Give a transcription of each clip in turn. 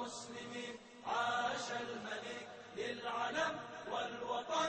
المسلمين. عاش الملك للعلم والوطن.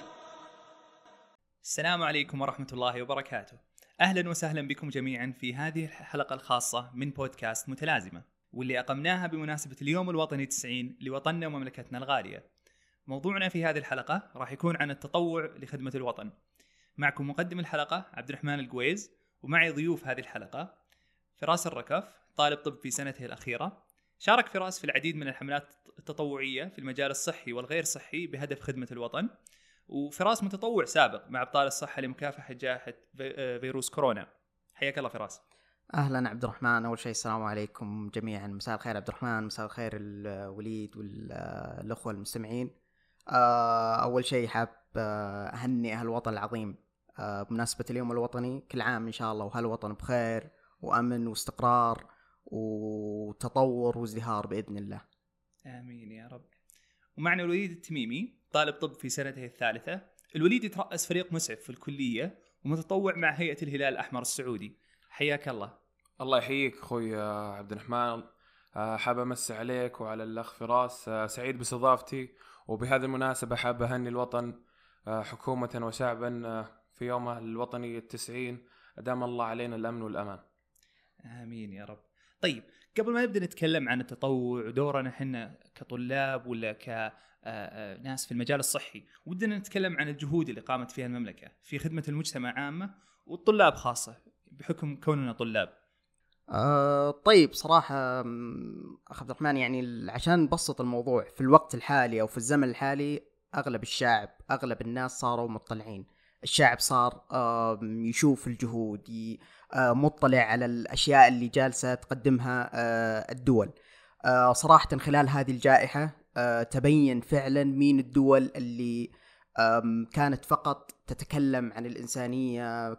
السلام عليكم ورحمة الله وبركاته. أهلا وسهلا بكم جميعا في هذه الحلقة الخاصة من بودكاست متلازمة، واللي أقمناها بمناسبة اليوم الوطني 90 لوطننا ومملكتنا الغالية. موضوعنا في هذه الحلقة راح يكون عن التطوع لخدمة الوطن. معكم مقدم الحلقة عبد الرحمن القويز، ومعي ضيوف هذه الحلقة: فراس الركف، طالب طب في سنته الأخيرة. شارك فراس في العديد من الحملات التطوعية في المجال الصحي والغير صحي بهدف خدمة الوطن. وفراس متطوع سابق مع أبطال الصحة لمكافحة جائحة فيروس كورونا. حياك الله فراس. اهلا عبد الرحمن. اول شيء السلام عليكم جميعا. مساء الخير عبد الرحمن، مساء الخير الوليد والاخوه المستمعين. اول شيء حاب اهنئ اهل الوطن العظيم بمناسبه اليوم الوطني. كل عام ان شاء الله وهالوطن بخير وامن واستقرار وتطور وازدهار باذن الله. آمين يا رب. ومعنا الوليد التميمي، طالب طب في سنته الثالثة. الوليد يترأس فريق مسعف في الكلية ومتطوع مع هيئة الهلال الأحمر السعودي. حياك الله. الله يحييك أخوي عبد الرحمن. حاب أمسي عليك وعلى الأخ فراس. سعيد باستضافتي، وبهذه المناسبة حاب أهني الوطن حكومة وشعبا في يومه الوطني 90. أدام الله علينا الأمن والأمان. آمين يا رب. طيب، قبل ما نبدأ نتكلم عن التطوع ودورنا حنا كطلاب ولا كناس في المجال الصحي، ودنا نتكلم عن الجهود اللي قامت فيها المملكة في خدمة المجتمع عامة والطلاب خاصة بحكم كوننا طلاب. طيب صراحة أخ عبد الرحمن، يعني عشان نبسط الموضوع في الوقت الحالي أو في الزمن الحالي، أغلب الشعب أغلب الناس صاروا مطلعين. الشعب صار يشوف الجهود، مطلع على الأشياء اللي جالسة تقدمها الدول. صراحة خلال هذه الجائحة تبين فعلا مين الدول اللي كانت فقط تتكلم عن الإنسانية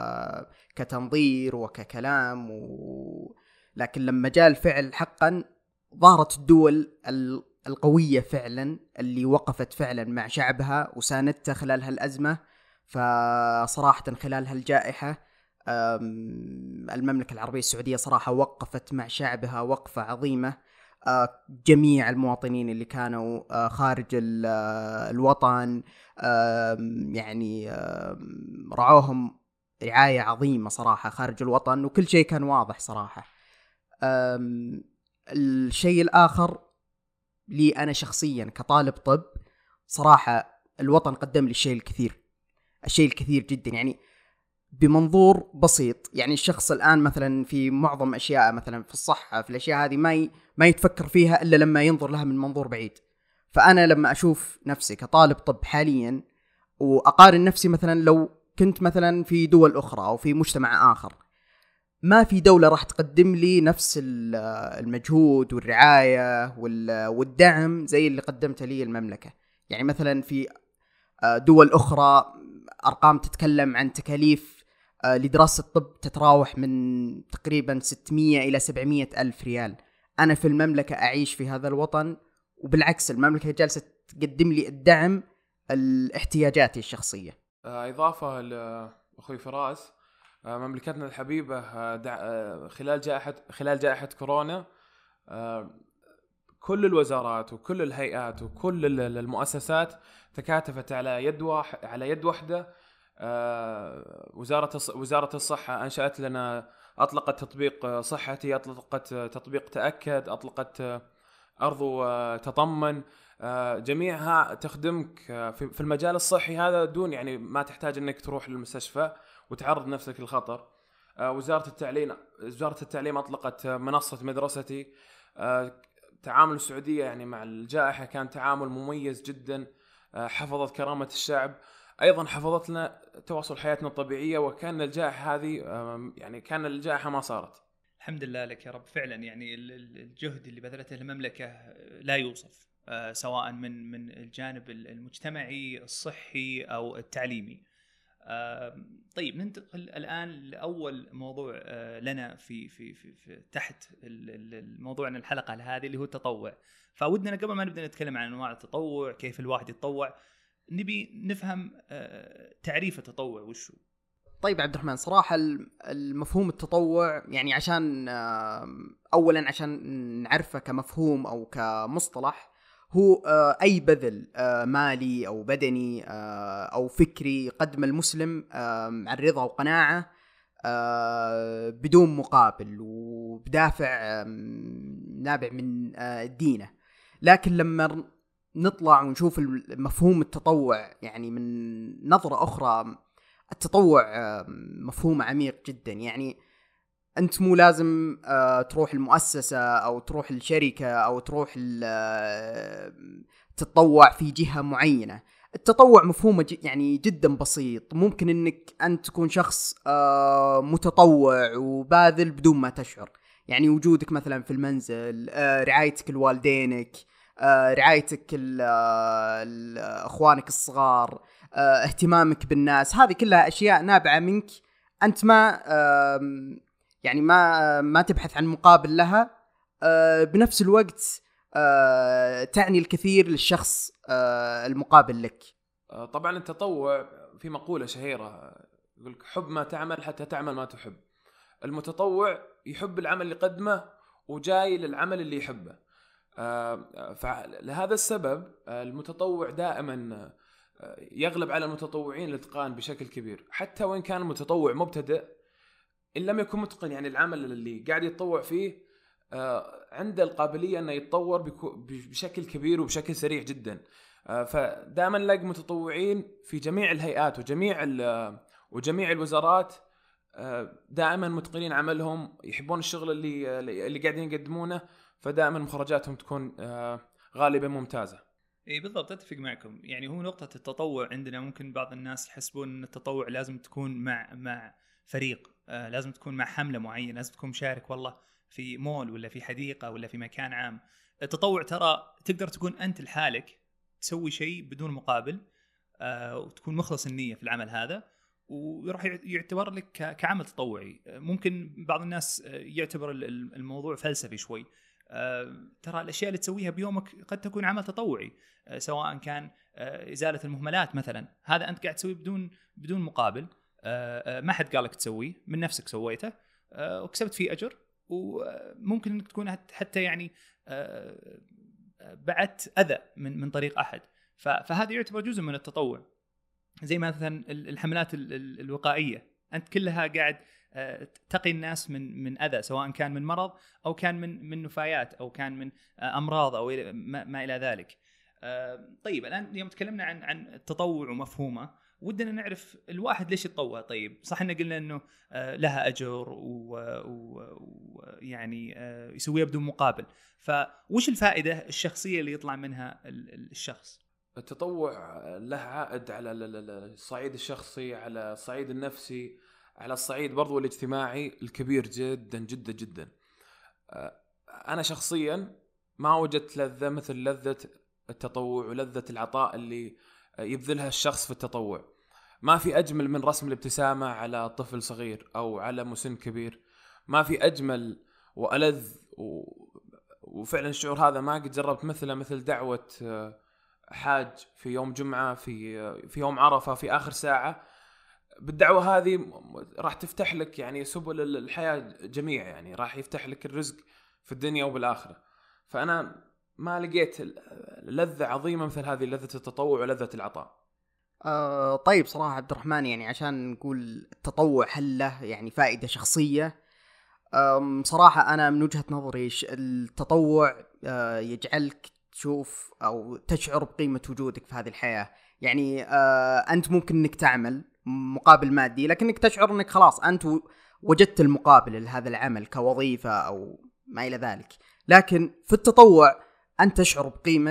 كتنظير وككلام لكن لما جاء الفعل حقا ظهرت الدول القوية فعلا اللي وقفت فعلا مع شعبها وساندته خلال هالأزمة. فصراحة خلال هالجائحة المملكة العربية السعودية صراحة وقفت مع شعبها وقفة عظيمة. جميع المواطنين اللي كانوا خارج الوطن يعني رعوهم رعاية عظيمة صراحة خارج الوطن، وكل شيء كان واضح صراحة. الشيء الآخر لي أنا شخصيا كطالب طب، صراحة الوطن قدم لي الشيء الكثير جدا، يعني بمنظور بسيط. يعني الشخص الآن مثلا في معظم أشياء مثلا في الصحة في الأشياء هذه ما يتفكر فيها إلا لما ينظر لها من منظور بعيد. فأنا لما أشوف نفسي كطالب طب حاليا وأقارن نفسي مثلا لو كنت مثلا في دول أخرى أو في مجتمع آخر، ما في دولة راح تقدم لي نفس المجهود والرعاية والدعم زي اللي قدمت لي المملكة. يعني مثلا في دول أخرى أرقام تتكلم عن تكاليف لدراسة الطب تتراوح من تقريبا 600 إلى 700 ألف ريال. أنا في المملكة أعيش في هذا الوطن، وبالعكس المملكة جالسة تقدم لي الدعم الاحتياجاتي الشخصية. إضافة لأخوي فراس، مملكتنا الحبيبة خلال جائحة كورونا كل الوزارات وكل الهيئات وكل المؤسسات تكاتفت على يد واحدة. وزارة الصحة أنشأت لنا، أطلقت تطبيق صحتي، أطلقت تطبيق تأكد، أطلقت أرض تطمن. جميعها تخدمك في المجال الصحي هذا دون يعني ما تحتاج أنك تروح للمستشفى وتعرض نفسك للخطر. وزارة التعليم أطلقت منصة مدرستي. تعامل السعودية يعني مع الجائحة كان تعامل مميز جدا. حفظت كرامة الشعب، أيضا حفظت لنا تواصل حياتنا الطبيعية، وكان الجائحة هذه يعني كان الجائحة ما صارت. الحمد لله لك يا رب. فعلا يعني الجهد اللي بذلته المملكة لا يوصف، سواء من الجانب المجتمعي الصحي أو التعليمي. طيب، ننتقل الآن لأول موضوع لنا في تحت الموضوع عن الحلقة هذه، اللي هو التطوع. فودنا قبل ما نبدأ نتكلم عن أنواع التطوع، كيف الواحد يتطوع، نبي نفهم تعريف التطوع وشو. طيب عبد الرحمن، صراحة المفهوم التطوع يعني عشان أولا عشان نعرفه كمفهوم أو كمصطلح، هو أي بذل مالي أو بدني أو فكري يقدم المسلم عن رضا وقناعة بدون مقابل وبدافع نابع من دينه. لكن لما نطلع ونشوف مفهوم التطوع يعني من نظرة أخرى، التطوع مفهوم عميق جدا. يعني أنت مو لازم تروح المؤسسة أو تروح الشركة أو تروح تتطوع في جهة معينة. التطوع مفهومه يعني جدا بسيط. ممكن أنك أنت تكون شخص متطوع وباذل بدون ما تشعر. يعني وجودك مثلا في المنزل، رعايتك لوالدينك، رعايتك اخوانك الصغار، اهتمامك بالناس، هذه كلها اشياء نابعه منك. انت ما يعني ما تبحث عن مقابل لها، بنفس الوقت تعني الكثير للشخص المقابل لك. طبعا التطوع في مقولة شهيرة يقول لك حب ما تعمل حتى تعمل ما تحب. المتطوع يحب العمل اللي يقدمه وجاي للعمل اللي يحبه. فلهذا السبب المتطوع دائما يغلب على المتطوعين الاتقان بشكل كبير، حتى وإن كان المتطوع مبتدئ إن لم يكن متقن. يعني العمل اللي قاعد يتطوع فيه عنده القابلية أنه يتطور بشكل كبير وبشكل سريع جدا. فدائما نلاقي متطوعين في جميع الهيئات وجميع الوزارات دائما متقنين عملهم، يحبون الشغل اللي قاعدين يقدمونه، فدائما مخرجاتهم تكون غالبا ممتازة. اي بالضبط، اتفق معكم. يعني هو نقطة التطوع عندنا ممكن بعض الناس يحسبون ان التطوع لازم تكون مع فريق، لازم تكون مع حملة معينة، لازم تكون مشارك والله في مول ولا في حديقة ولا في مكان عام. التطوع ترى تقدر تكون انت لحالك تسوي شيء بدون مقابل، وتكون مخلص النية في العمل هذا، وراح يعتبر لك كعمل تطوعي. ممكن بعض الناس يعتبر الموضوع فلسفي شوي. ترى الأشياء اللي تسويها بيومك قد تكون عمل تطوعي، سواء كان إزالة المهملات مثلا، هذا أنت قاعد تسويه بدون مقابل، ما حد قالك تسويه، من نفسك سويته وكسبت فيه أجر، وممكن أنك تكون حتى يعني بعدت أذى من طريق أحد. فهذا يعتبر جزء من التطوع. زي مثلا الحملات الوقائية، أنت كلها قاعد تقي الناس من أذى، سواء كان من مرض أو كان من نفايات أو كان من أمراض أو ما إلى ذلك. طيب الآن يوم تكلمنا عن التطوع ومفهومه، ودنا نعرف الواحد ليش يتطوع. طيب صح إن قلنا إنه لها أجر ويعني يسويها بدون مقابل، فوش الفائدة الشخصية اللي يطلع منها الشخص؟ التطوع له عائد على الصعيد الشخصي، على الصعيد النفسي، على الصعيد برضو الاجتماعي الكبير جدا جدا جدا. أنا شخصيا ما وجدت لذة مثل لذة التطوع ولذة العطاء اللي يبذلها الشخص في التطوع. ما في أجمل من رسم الابتسامة على طفل صغير أو على مسن كبير. ما في أجمل وألذ وفعلا الشعور هذا ما قد جربت مثله مثل دعوة حاج في يوم جمعة، في يوم عرفة، في آخر ساعة. بالدعوة هذه راح تفتح لك يعني سبل الحياة جميع، يعني راح يفتح لك الرزق في الدنيا وبالآخرة. فأنا ما لقيت لذة عظيمة مثل هذه لذة التطوع ولذة العطاء. طيب صراحة عبد الرحمن، يعني عشان نقول التطوع هل له يعني فائدة شخصية، صراحة أنا من وجهة نظري التطوع يجعلك تشوف أو تشعر بقيمة وجودك في هذه الحياة. يعني أنت ممكن أنك تعمل مقابل مادي، لكنك تشعر أنك خلاص أنت وجدت المقابل لهذا العمل كوظيفة أو ما إلى ذلك. لكن في التطوع أنت تشعر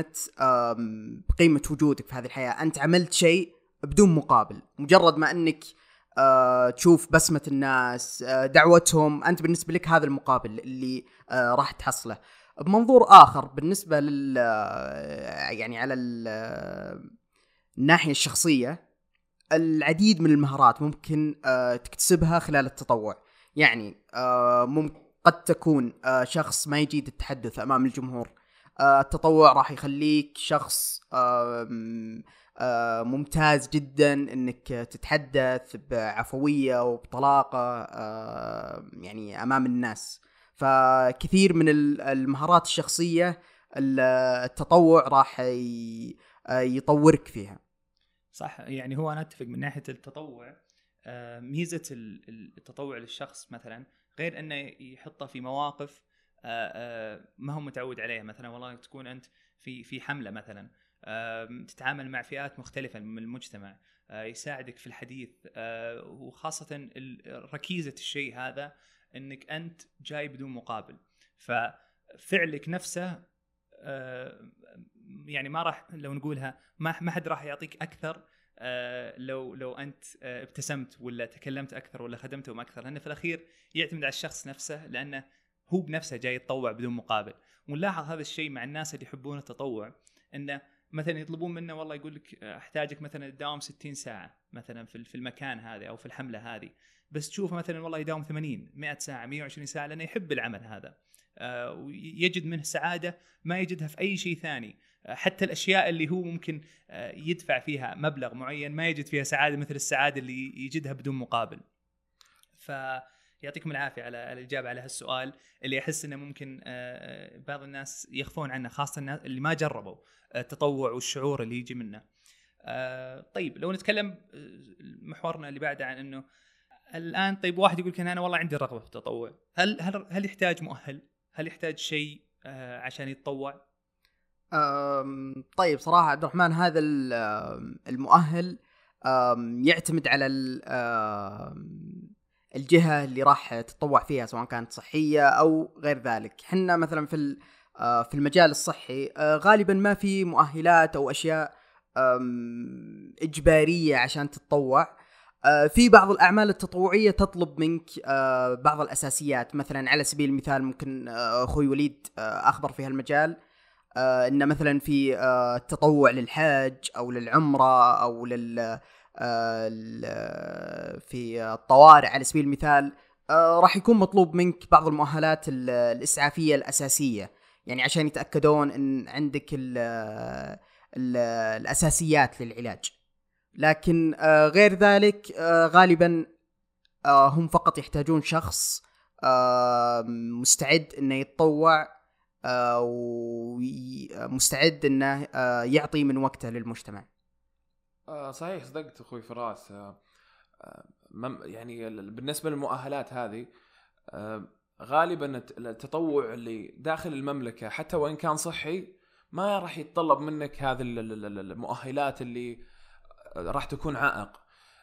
بقيمة وجودك في هذه الحياة. أنت عملت شيء بدون مقابل، مجرد ما أنك تشوف بسمة الناس، دعوتهم، أنت بالنسبة لك هذا المقابل اللي راح تحصله. بمنظور آخر بالنسبة يعني على الناحية الشخصية، العديد من المهارات ممكن تكتسبها خلال التطوع. يعني قد تكون شخص ما يجيد التحدث أمام الجمهور، التطوع راح يخليك شخص ممتاز جدا انك تتحدث بعفوية وبطلاقة يعني امام الناس. فكثير من المهارات الشخصية التطوع راح يطورك فيها. صح، يعني هو انا اتفق من ناحيه التطوع. ميزه التطوع للشخص مثلا غير انه يحطه في مواقف ما هو متعود عليها. مثلا والله تكون انت في حمله مثلا، تتعامل مع فئات مختلفه من المجتمع، يساعدك في الحديث، وخاصه ركيزه الشيء هذا انك انت جاي بدون مقابل. ففعلك نفسه يعني ما راح، لو نقولها ما حد راح يعطيك اكثر لو انت ابتسمت ولا تكلمت اكثر ولا خدمتهم اكثر، لانه في الاخير يعتمد على الشخص نفسه، لانه هو بنفسه جاي يتطوع بدون مقابل. ونلاحظ هذا الشيء مع الناس اللي يحبون التطوع، انه مثلا يطلبون منه والله يقول لك احتاجك مثلا تداوم 60 ساعه مثلا في المكان هذا او في الحمله هذه، بس تشوفه مثلا والله يداوم 80 100 ساعه 120 ساعه، لانه يحب العمل هذا ويجد منه سعاده ما يجدها في اي شيء ثاني. حتى الاشياء اللي هو ممكن يدفع فيها مبلغ معين ما يجد فيها سعاده مثل السعاده اللي يجدها بدون مقابل. فيعطيكم العافيه على الاجابه على هالسؤال اللي احس انه ممكن بعض الناس يخفون عنه، خاصه الناس اللي ما جربوا التطوع والشعور اللي يجي منه. طيب لو نتكلم محورنا اللي بعده عن انه الان، طيب واحد يقول انا والله عندي رغبه في التطوع، هل يحتاج مؤهل؟ هل يحتاج شيء عشان يتطوع؟ طيب صراحة عبد الرحمن، هذا المؤهل يعتمد على الجهة اللي راح تتطوع فيها، سواء كانت صحية أو غير ذلك. حنا مثلا في المجال الصحي غالبا ما في مؤهلات أو أشياء إجبارية عشان تتطوع. في بعض الأعمال التطوعية تطلب منك بعض الأساسيات. مثلا على سبيل المثال ممكن أخوي وليد أخبر في هالمجال، إن مثلا في التطوع للحج أو للعمرة أو في الطوارئ على سبيل المثال، راح يكون مطلوب منك بعض المؤهلات الإسعافية الأساسية، يعني عشان يتأكدون إن عندك الأساسيات للعلاج. لكن غير ذلك غالبا هم فقط يحتاجون شخص مستعد إنه يتطوع ومستعد إنه يعطي من وقته للمجتمع. صحيح، صدقت أخوي فراس. يعني بالنسبة للمؤهلات هذه غالبا التطوع اللي داخل المملكة حتى وإن كان صحي ما راح يتطلب منك هذه المؤهلات اللي راح تكون عائق.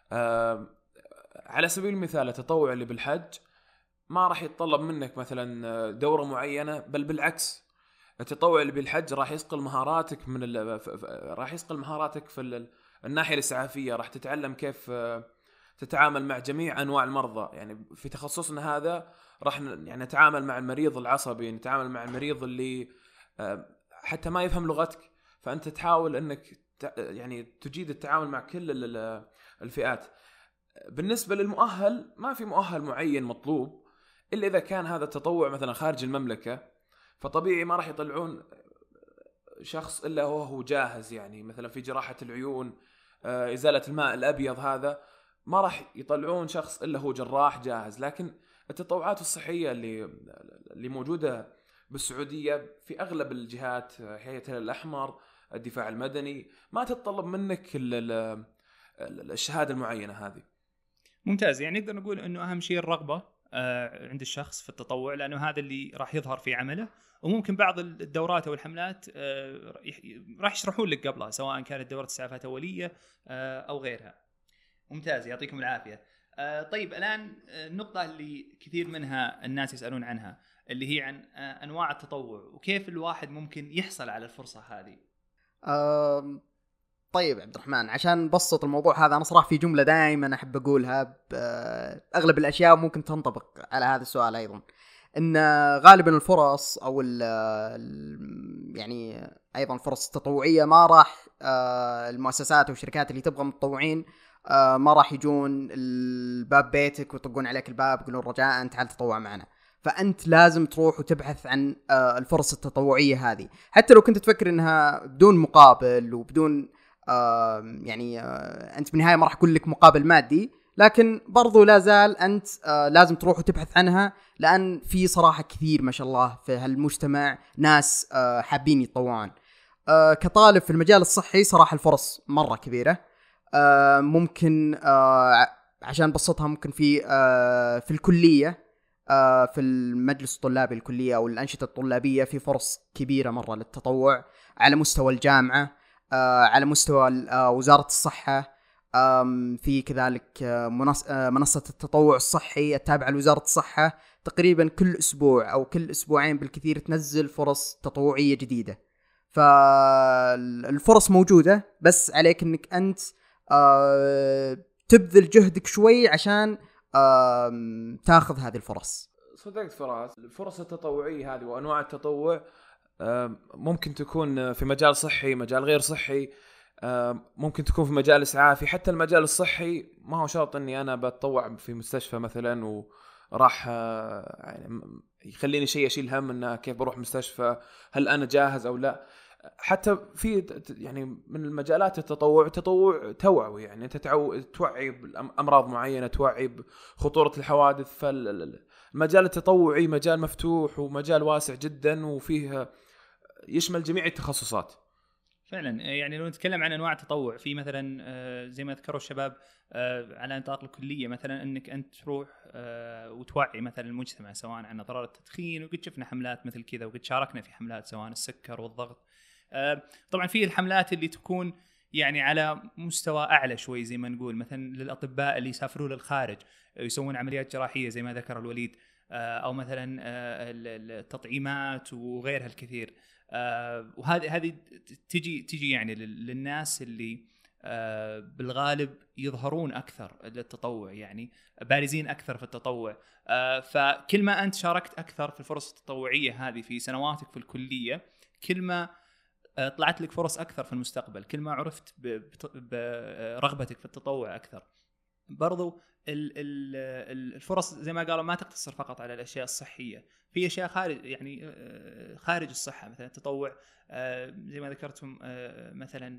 على سبيل المثال التطوع اللي بالحج ما راح يتطلب منك مثلا دورة معينة، بل بالعكس التطوع اللي بالحج راح يسقل مهاراتك راح يسقل مهاراتك في الناحية الإسعافية. راح تتعلم كيف تتعامل مع جميع أنواع المرضى. يعني في تخصصنا هذا راح يعني نتعامل مع المريض العصبي، نتعامل مع المريض اللي حتى ما يفهم لغتك، فأنت تحاول أنك يعني تجيد التعامل مع كل الفئات. بالنسبة للمؤهل ما في مؤهل معين مطلوب، إلا إذا كان هذا التطوع مثلا خارج المملكة، فطبيعي ما راح يطلعون شخص إلا هو جاهز. يعني مثلا في جراحة العيون، إزالة الماء الأبيض، هذا ما راح يطلعون شخص إلا هو جراح جاهز. لكن التطوعات الصحية اللي موجودة بالسعودية في أغلب الجهات، هيئة الهلال الأحمر، الدفاع المدني، ما تتطلب منك الشهادة المعينة هذه. ممتاز، يعني نقدر نقول أنه أهم شيء الرغبة عند الشخص في التطوع، لأنه هذا اللي راح يظهر في عمله. وممكن بعض الدورات أو الحملات راح يشرحون لك قبلها، سواء كانت دورة إسعافات أولية أو غيرها. ممتاز، يعطيكم العافية. طيب الآن النقطة اللي كثير منها الناس يسألون عنها، اللي هي عن أنواع التطوع وكيف الواحد ممكن يحصل على الفرصة هذه. طيب عبد الرحمن، عشان نبسط الموضوع هذا، أنا صراحة في جملة دائما أحب أقولها أغلب الأشياء ممكن تنطبق على هذا السؤال أيضا، إن غالبا الفرص أو يعني أيضا الفرص التطوعية ما راح المؤسسات والشركات اللي تبغى متطوعين ما راح يجون الباب بيتك ويطقون عليك الباب يقولون رجاء تعال تطوع معنا. فأنت لازم تروح وتبحث عن الفرص التطوعية هذه، حتى لو كنت تفكر إنها بدون مقابل وبدون يعني انت بالنهايه ما راح اقول لك مقابل مادي، لكن برضو لا زال انت لازم تروح وتبحث عنها، لان في صراحه كثير ما شاء الله في هالمجتمع ناس حابين يتطوعون. كطالب في المجال الصحي صراحه الفرص مره كبيره. ممكن عشان بسطها ممكن في الكليه، في المجلس الطلابي الكليه او الانشطه الطلابيه في فرص كبيره مره للتطوع على مستوى الجامعه، على مستوى وزاره الصحه. في كذلك منصه التطوع الصحي التابعه لوزاره الصحه، تقريبا كل اسبوع او كل اسبوعين بالكثير تنزل فرص تطوعيه جديده. فالفرص موجوده، بس عليك انك انت تبذل جهدك شوي عشان تاخذ هذه الفرص. صدقت فراس، الفرص التطوعية هذه وأنواع التطوع ممكن تكون في مجال صحي، مجال غير صحي، ممكن تكون في مجال إسعافي. حتى المجال الصحي ما هو شرط أني أنا بتطوع في مستشفى مثلا وراح يعني يخليني شيء أشيل هم أنه كيف بروح مستشفى، هل أنا جاهز أو لا. حتى في يعني من المجالات التطوع توعوي، يعني أنت توعي بأمراض معينة، توعي بخطورة الحوادث. فالمجال التطوعي مجال مفتوح ومجال واسع جدا، وفيه يشمل جميع التخصصات. فعلا يعني لو نتكلم عن انواع التطوع، في مثلا زي ما ذكروا الشباب على نطاق الكليه مثلا انك انت تروح وتوعي مثلا المجتمع سواء عن اضرار التدخين، وقد شفنا حملات مثل كذا وقد شاركنا في حملات سواء السكر والضغط. طبعا في الحملات اللي تكون يعني على مستوى اعلى شوي زي ما نقول، مثلا للاطباء اللي يسافروا للخارج يسوون عمليات جراحيه زي ما ذكر الوليد، او مثلا التطعيمات وغيرها الكثير. وهذه تجي يعني للناس اللي بالغالب يظهرون اكثر للتطوع، يعني بارزين اكثر في التطوع. فكل ما انت شاركت اكثر في الفرص التطوعيه هذه في سنواتك في الكليه، كل ما طلعت لك فرص اكثر في المستقبل، كل ما عرفت برغبتك في التطوع اكثر. برضو الفرص زي ما قالوا ما تقتصر فقط على الاشياء الصحيه، في اشياء خارج يعني خارج الصحه، مثلا التطوع زي ما ذكرتم مثلا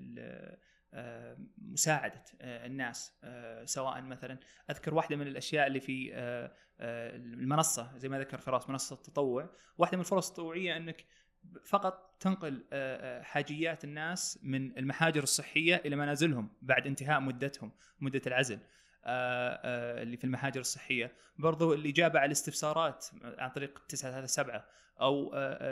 مساعده الناس، سواء مثلا اذكر واحده من الاشياء اللي في المنصه زي ما ذكر فراس، منصه التطوع، واحده من الفرص التطوعيه انك فقط تنقل حاجيات الناس من المحاجر الصحيه الى منازلهم بعد انتهاء مده العزل اللي في المحاجر الصحيه. برضو الإجابة على الاستفسارات عن طريق 937، أو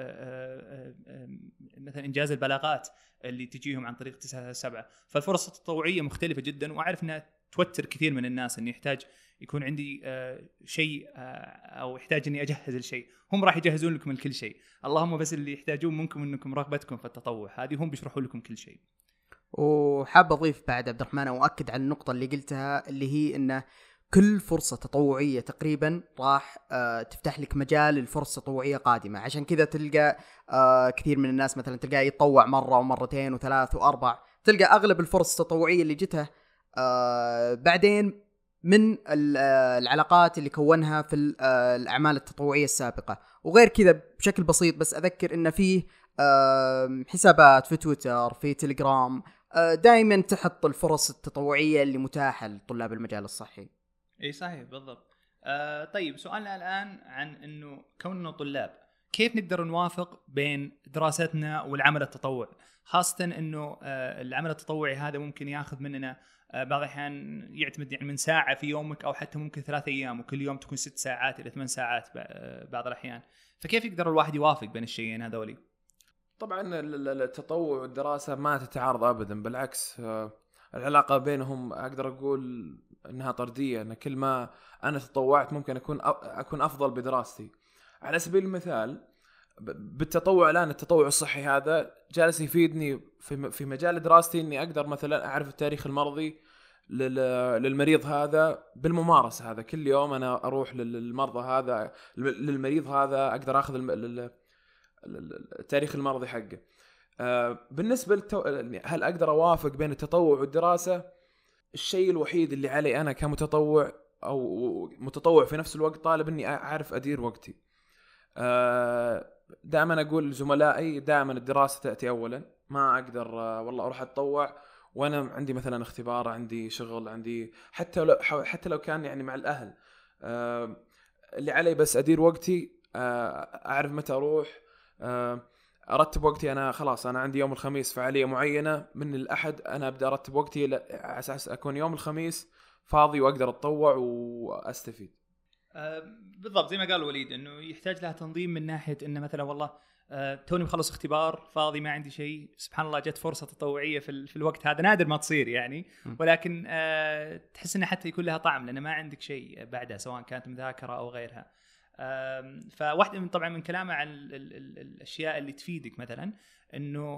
مثلا إنجاز البلاغات اللي تجيهم عن طريق 937. فالفرص التطوعية مختلفة جدا، وأعرف أنها توتر كثير من الناس، أني يحتاج يكون عندي شيء أو يحتاج أني أجهز الشيء. هم راح يجهزون لكم الكل شيء، اللهم بس اللي يحتاجون منكم أنكم رغبتكم في التطوع، هذه هم بيشرحوا لكم كل شيء. وحاب أضيف بعد عبد الرحمن وأؤكد على النقطة اللي قلتها، اللي هي إنه كل فرصة تطوعية تقريبا راح تفتح لك مجال الفرصة التطوعية قادمة. عشان كذا تلقى كثير من الناس مثلا تلقاه يتطوع مرة ومرتين وثلاث وأربع، تلقى أغلب الفرص التطوعية اللي جته بعدين من العلاقات اللي كونها في الأعمال التطوعية السابقة. وغير كذا بشكل بسيط بس أذكر إن فيه حسابات في تويتر في تليجرام دائما تحط الفرص التطوعية اللي متاحة لطلاب المجال الصحي. اي صحيح بالضبط. طيب سؤالنا الآن عن انه كوننا طلاب كيف نقدر نوافق بين دراستنا والعمل التطوعي، خاصة انه العمل التطوعي هذا ممكن ياخذ مننا بعض الأحيان يعتمد يعني من ساعة في يومك، أو حتى ممكن 3 أيام، وكل يوم تكون 6 ساعات إلى 8 ساعات بعض الأحيان. فكيف يقدر الواحد يوافق بين الشيئين هذولي؟ طبعا التطوع والدراسة ما تتعارض أبدا، بالعكس العلاقة بينهم أقدر أقول أنها طردية. أن كل ما أنا تطوعت ممكن أكون أفضل بدراستي. على سبيل المثال بالتطوع الآن، التطوع الصحي هذا جالس يفيدني في مجال دراستي، أني أقدر مثلا أعرف التاريخ المرضي للمريض هذا بالممارسة. هذا كل يوم أنا أروح للمرضى هذا، للمريض هذا أقدر أخذ التاريخ المرضي حقه. بالنسبة هل أقدر أوافق بين التطوع والدراسة؟ الشيء الوحيد اللي علي أنا كمتطوع أو متطوع في نفس الوقت طالب إني أعرف أدير وقتي. دائما أقول لزملائي دائما الدراسة تأتي أولا. ما أقدر والله أروح أتطوع وانا عندي مثلا اختبار، عندي شغل، عندي حتى لو كان يعني مع الاهل، اللي علي بس ادير وقتي، اعرف متى اروح، ارتب وقتي. انا خلاص انا عندي يوم الخميس فعاليه معينه، من الاحد انا ابدا ارتب وقتي على اساس اكون يوم الخميس فاضي واقدر اتطوع واستفيد. بالضبط زي ما قال وليد انه يحتاج لها تنظيم من ناحيه انه مثلا والله توني مخلص اختبار فاضي ما عندي شيء، سبحان الله جت فرصه تطوعيه في الوقت هذا، نادر ما تصير يعني، ولكن تحس انه حتى يكون لها طعم لانه ما عندك شيء بعدها سواء كانت مذاكره او غيرها. فواحده من طبعا من كلامه عن الاشياء اللي تفيدك مثلا انه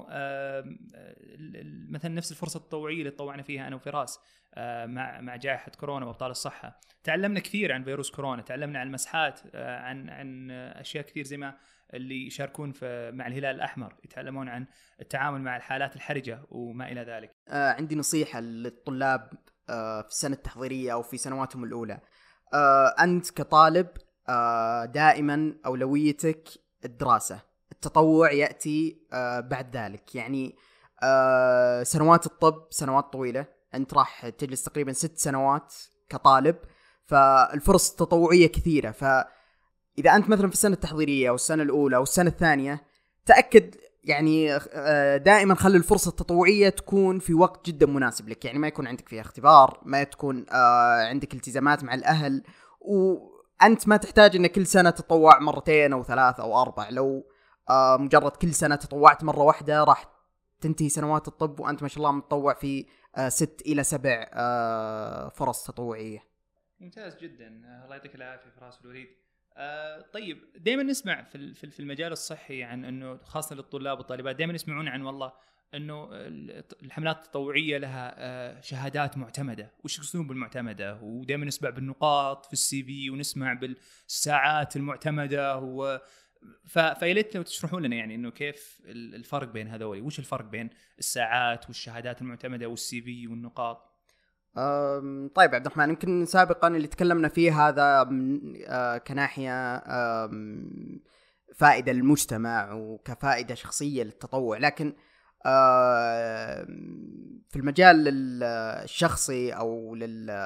مثلا نفس الفرصه التطوعيه اللي تطوعنا فيها انا وفراس مع جائحه كورونا وابطال الصحه، تعلمنا كثير عن فيروس كورونا، تعلمنا عن المسحات، عن اشياء كثير زي ما اللي يشاركون مع الهلال الاحمر يتعلمون عن التعامل مع الحالات الحرجه وما الى ذلك. عندي نصيحه للطلاب في السنه التحضيريه او في سنواتهم الاولى. انت كطالب دائما اولويتك الدراسه، التطوع ياتي بعد ذلك. يعني سنوات الطب سنوات طويله، انت راح تجلس تقريبا 6 سنوات كطالب، فالفرص التطوعيه كثيره. فاذا انت مثلا في السنه التحضيريه او السنه الاولى او السنه الثانيه، تاكد يعني دائما خلي الفرصه التطوعيه تكون في وقت جدا مناسب لك، يعني ما يكون عندك فيها اختبار، ما تكون عندك التزامات مع الاهل، وانت ما تحتاج ان كل سنه تتطوع 2 أو 3 أو 4. لو مجرد كل سنه تطوعت مره واحده راح تنتهي سنوات الطب وانت ما شاء الله متطوع في 6 إلى 7 فرص تطوعيه. ممتاز جدا، الله يعطيك العافيه فراس والوليد. طيب دائما نسمع في المجال الصحي عن انه خاصه للطلاب والطالبات دائما يسمعون عن والله انه الحملات التطوعيه لها شهادات معتمده، وش يقصدون بالمعتمده؟ ودائما نسمع بالنقاط في السي في ونسمع بالساعات المعتمده فيليت لو تشرحون لنا يعني انه كيف الفرق بين هذول، وش الفرق بين الساعات والشهادات المعتمده والسي في والنقاط؟ طيب عبد الرحمن، يمكن سابقا اللي تكلمنا فيه هذا كناحية فائدة للمجتمع وكفائدة شخصية للتطوع، لكن في المجال الشخصي أو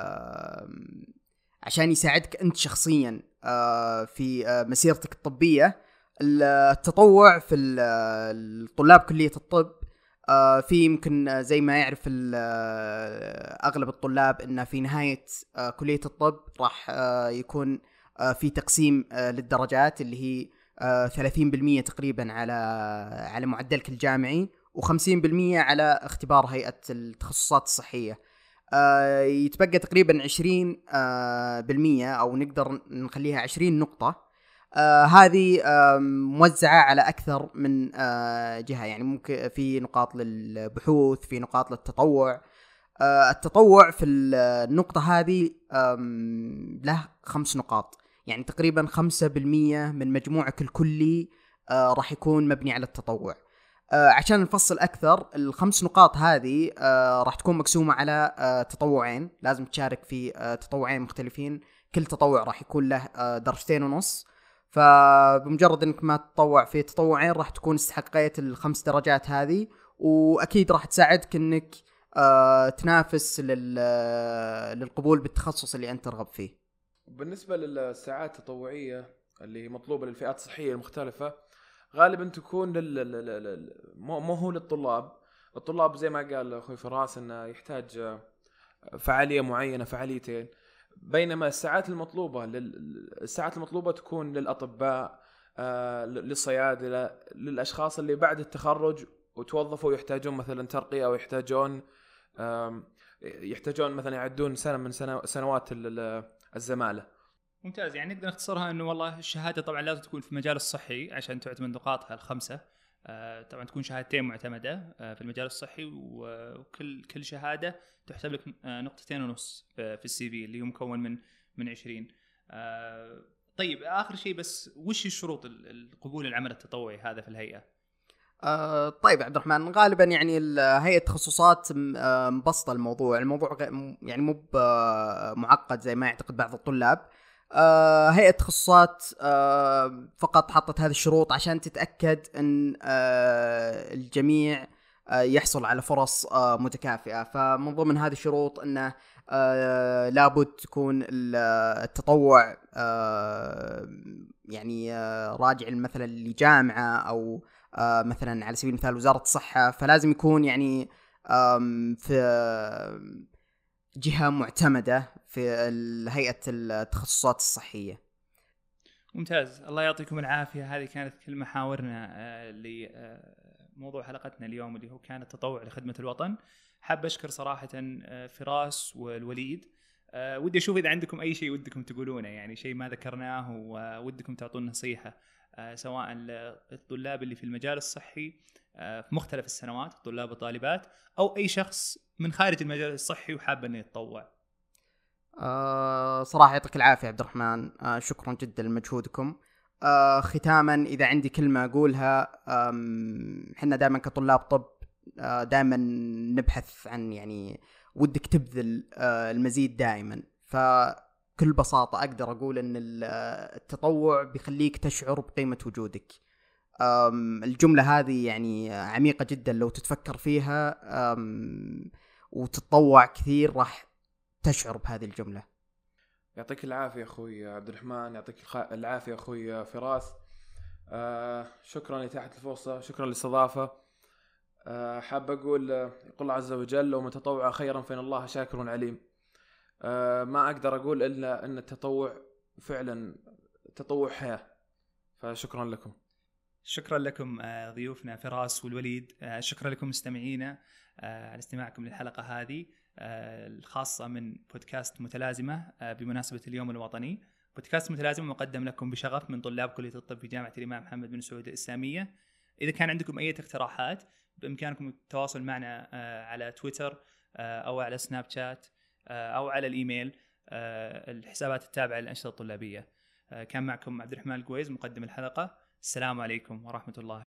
عشان يساعدك أنت شخصيا في مسيرتك الطبية، التطوع في الطلاب كلية الطب في يمكن زي ما يعرف أغلب الطلاب أن في نهاية كلية الطب راح يكون في تقسيم للدرجات اللي هي 30% تقريبا على معدلك الجامعي، و50% على اختبار هيئة التخصصات الصحية. يتبقى تقريبا 20% أو نقدر نخليها 20 نقطة. هذه موزعة على أكثر من جهة، يعني ممكن في نقاط للبحوث، في نقاط للتطوع. التطوع في النقطة هذه له 5 نقاط، يعني تقريبا 5% من مجموعك الكلي راح يكون مبني على التطوع. عشان نفصل أكثر، ال5 نقاط هذه راح تكون مقسومة على تطوعين، لازم تشارك في تطوعين مختلفين، كل تطوع راح يكون له 2.5 درجات. فبمجرد انك ما تتطوع في تطوعين راح تكون استحقيت ال5 درجات هذه، واكيد راح تساعدك انك تنافس للقبول بالتخصص اللي انت ترغب فيه. بالنسبة للساعات التطوعية اللي مطلوبة للفئات الصحية المختلفة، غالبا تكون مو هو للطلاب. الطلاب زي ما قال اخوي فراس انه يحتاج فعالية معينة، فعاليتين، بينما الساعات المطلوبة تكون للأطباء، للصيادلة، للأشخاص اللي بعد التخرج وتوظفوا يحتاجون مثلا ترقية أو يحتاجون مثلا يعدون سنة من سنوات الزمالة. ممتاز، يعني نقدر نختصرها انه والله الشهادة طبعا لازم تكون في المجال الصحي عشان تعتمد نقاطها ال5. طبعا تكون شهادتين معتمدة في المجال الصحي، وكل شهادة تحسب لك 2.5 نقطة في السي في اللي هو مكون من 20. طيب آخر شيء بس، وش الشروط القبول العمل التطوعي هذا في الهيئة؟ طيب عبد الرحمن، غالبا يعني هيئة التخصصات مبسطة الموضوع يعني مو معقد زي ما يعتقد بعض الطلاب. هيئة التخصصات فقط حطت هذه الشروط عشان تتأكد أن الجميع يحصل على فرص متكافئة. فمن ضمن هذه الشروط أنه لابد تكون التطوع يعني راجع مثلا لجامعة أو مثلا على سبيل المثال وزارة الصحة، فلازم يكون يعني في جهة معتمدة في هيئة التخصصات الصحية. ممتاز، الله يعطيكم العافية. هذه كانت كل محاورنا لموضوع حلقتنا اليوم اللي هو كان التطوع لخدمة الوطن. حاب أشكر صراحة فراس والوليد. ودي أشوف إذا عندكم أي شيء ودكم تقولونه، يعني شيء ما ذكرناه وودكم تعطون نصيحة سواء للطلاب اللي في المجال الصحي في مختلف السنوات، طلاب وطالبات، أو أي شخص من خارج المجال الصحي وحاب أنه يتطوع. صراحة يعطيك العافية عبد الرحمن، شكرا جدا لمجهودكم. ختاما إذا عندي كلمة أقولها، حنا دائما كطلاب طب دائما نبحث عن يعني ودك تبذل المزيد دائما. فكل بساطة أقدر أقول أن التطوع بيخليك تشعر بقيمة وجودك. الجملة هذه يعني عميقة جدا، لو تتفكر فيها وتتطوع كثير راح تشعر بهذه الجملة. يعطيك العافية أخوي عبد الرحمن، يعطيك العافية أخوي فراس. شكرا لإتاحة الفرصة، شكرا للاستضافة. حاب أقول يقول الله عز وجل: ومن تطوع خيرا فإن الله شاكر عليم. ما أقدر أقول إلا أن التطوع فعلا تطوع حياة. فشكرا لكم. شكرا لكم ضيوفنا فراس والوليد. شكرا لكم مستمعينا على استماعكم للحلقة هذه الخاصة من بودكاست متلازمة بمناسبة اليوم الوطني. بودكاست متلازمة مقدم لكم بشغف من طلاب كلية الطب في جامعة الإمام محمد بن سعود الإسلامية. إذا كان عندكم أي اقتراحات بإمكانكم التواصل معنا على تويتر أو على سناب شات أو على الإيميل، الحسابات التابعة للأنشطة الطلابية. كان معكم عبد الرحمن القويز مقدم الحلقة. السلام عليكم ورحمة الله